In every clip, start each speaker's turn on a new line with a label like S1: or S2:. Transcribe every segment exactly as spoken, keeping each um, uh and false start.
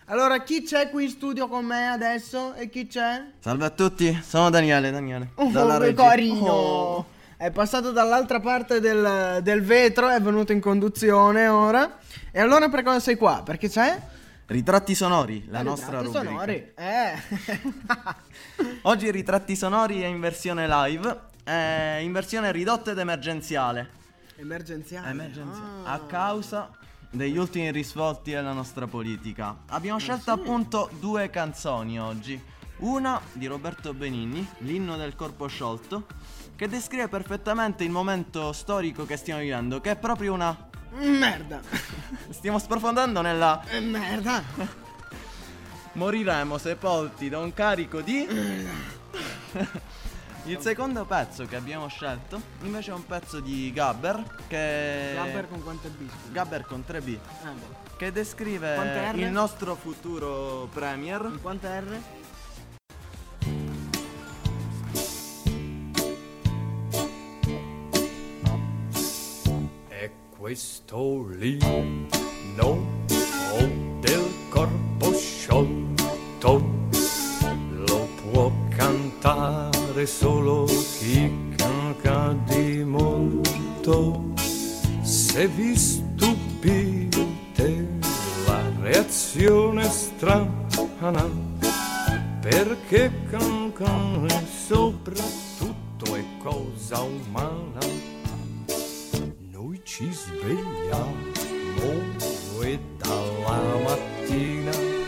S1: Allora, chi c'è qui in studio con me adesso? E chi c'è?
S2: Salve a tutti, sono Daniele, Daniele.
S1: Oh,
S2: dalla
S1: che
S2: regia.
S1: carino!
S2: Oh.
S1: È passato dall'altra parte del, del vetro, è venuto in conduzione ora. E allora per cosa sei qua? Perché c'è?
S2: Ritratti sonori, la
S1: Ah,
S2: nostra
S1: ritratti
S2: rubrica.
S1: sonori, eh.
S2: Oggi Ritratti sonori è in versione live, è in versione ridotta ed emergenziale.
S1: Emergenziale.
S2: Emergenziale.
S1: Ah.
S2: A causa degli ultimi risvolti della nostra politica. Abbiamo scelto
S1: sì.
S2: appunto due canzoni oggi. Una di Roberto Benigni, l'inno del corpo sciolto, che descrive perfettamente il momento storico che stiamo vivendo, che è proprio una...
S1: Merda.
S2: Stiamo sprofondando nella...
S1: Eh, merda.
S2: Moriremo sepolti da un carico di... Il secondo pezzo che abbiamo scelto invece è un pezzo di Gabber che...
S1: Gabber con quante B?
S2: Gabber con tre B,
S1: Eh, boh.
S2: che descrive
S1: Quante R?
S2: il nostro futuro premier.
S1: In quante R?
S3: E questo l'inno del corpo sciolto lo può cantare solo chi canca di molto. Se vi stupite la reazione strana, perché cancare soprattutto è cosa umana. Noi ci svegliamo e dalla mattina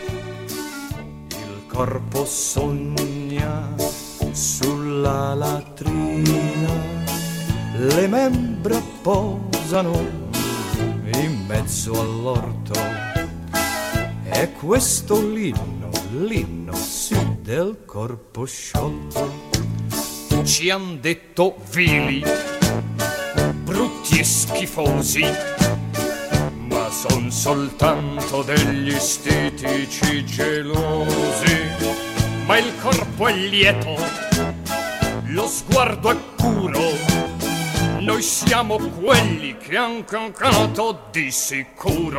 S3: il corpo sogna sulla latrina, le membra posano in mezzo all'orto. È questo l'inno, l'inno sì del corpo sciolto. Ci han detto vili, brutti e schifosi, ma son soltanto degli stitici gelosi. Ma il corpo è lieto, lo sguardo è puro, noi siamo quelli che han cancato di sicuro.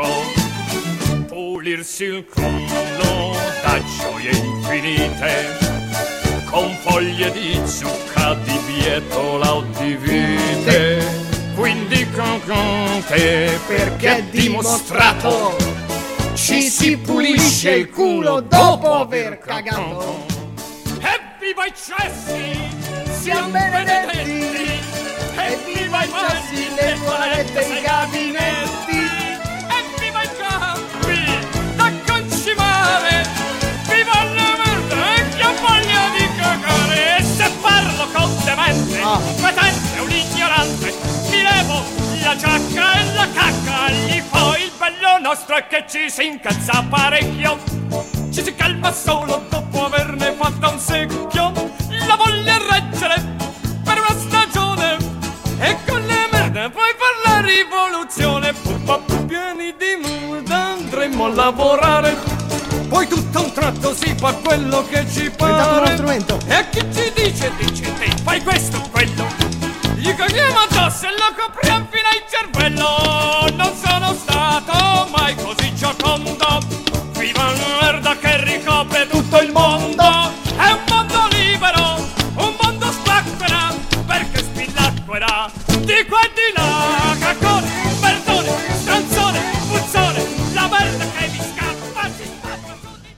S3: Pulirsi il culo da gioie infinite, con foglie di zucca, di bietola o di vite. Quindi cancante perché è dimostrato, ci si pulisce il culo dopo aver cagato. Evviva i cessi, siamo benedetti, evviva i cessi, le toilette e i gabinetti. Evviva i campi da concimare, viva la merda e chi ha voglia di cagare. E se parlo con demente,
S1: Ah.
S3: competente, un ignorante, mi levo la giacca e la cacca, gli poi il bello nostro è che ci si incazza parecchio, ci si calma solo dopo averne fatto un secchio. La voglia reggere per una stagione e con le merde poi per la rivoluzione. Puppa pieni di merda andremo a lavorare, poi tutto a un tratto si fa quello che ci
S1: Diventato uno
S3: pare.
S1: strumento.
S3: E chi ci dice, dice te, fai questo, quello, gli caghiamo addosso e lo copriamo fino al cervello. Non sono stato mai così giocondo, viva la merda che ricopre tutto il mondo. È un mondo libero, un mondo spacquera, perché spillacquera di qua e di là. Caccone, perdone, stronzone, puzzone, la merda che mi scappa, si spacca su di...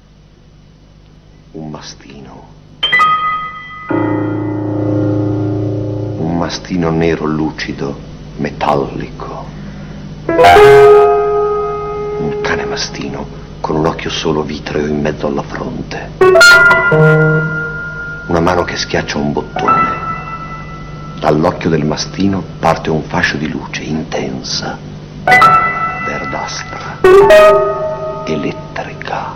S4: Un mastino. Un mastino nero lucido, metallico. Un cane mastino con un occhio solo vitreo in mezzo alla fronte. Una mano che schiaccia un bottone. Dall'occhio del mastino parte un fascio di luce intensa, verdastra, elettrica.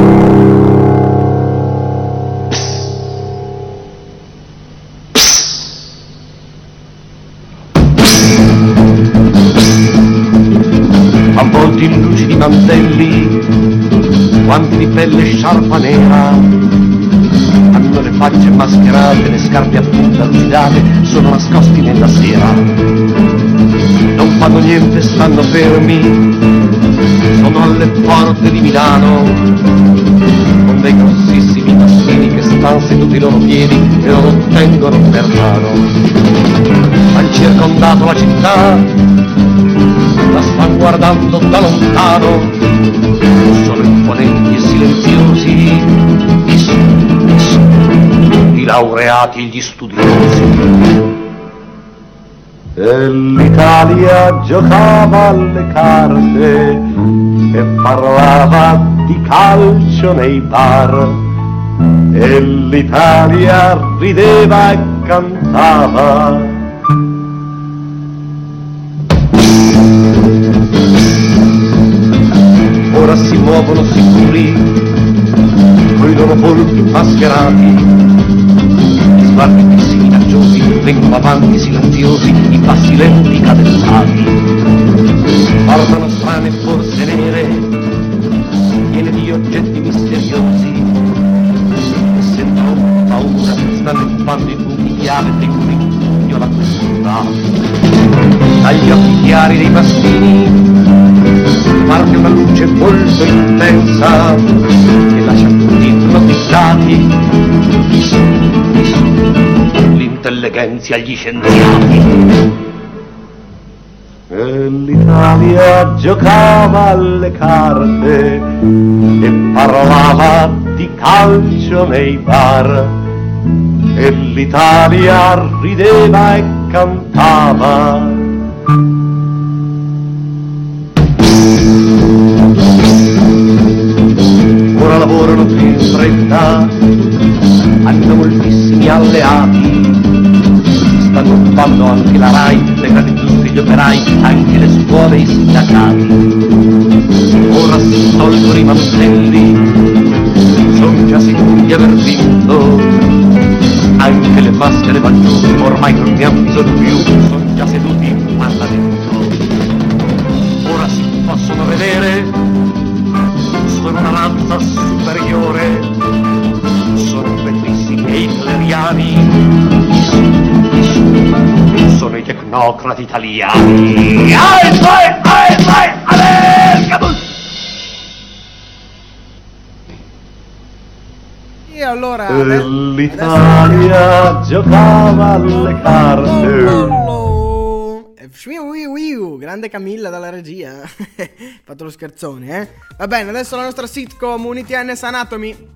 S4: Avvolti in lucidi mantelli, guanti di pelle sciarpa nera, hanno le facce mascherate, le scarpe a punta lucidate, sono nascosti nella sera. Non fanno niente, stanno fermi, sono alle porte di Milano, con dei grossissimi bastini che stanno seduti i loro piedi e non ottengono per mano. Han circondato la città, la stanno guardando da lontano, sono imponenti e silenziosi, chi sono, chi sono, i laureati e gli studiosi. E l'Italia giocava alle carte e parlava di calcio nei bar, e l'Italia rideva e cantava. Ora si muovono sicuri coi loro volti mascherati, sguardi fissi minacciosi vengono avanti silenziosi, i passi lenti cadenzati, portano strane borse nere piene di oggetti misteriosi e sentono paura, stanno infando i buchi chiave, tengono in pugno la cultura. Dagli occhi chiari dei bastini parte una luce molto intensa che lascia tutti ipnotizzati. Chi sono, chi sono, l'intelligenza agli scienziati. E l'Italia giocava alle carte e parlava di calcio nei bar, e l'Italia rideva e cantava. Ora lavorano più in fretta, hanno moltissimi alleati, si stanno occupando anche la RAI, le grandi industrie, gli operai, anche le scuole e i sindacati. Ora si tolgono i mantelli, sono già sicuri di aver vinto, anche le maschere maggiori ormai non ne hanno bisogno più, sono già seduti in Parlamento. Ora si possono vedere, sono una razza superiore, sono bellissimi hitleriani, sono i tecnocrati italiani. Ai, vai, ai, vai, America!
S1: E allora
S4: E l'Italia adesso... giocava alle carte.
S1: Grande Camilla dalla regia. Fatto lo scherzone, eh. Va bene, adesso la nostra sitcom Unity N S Anatomy.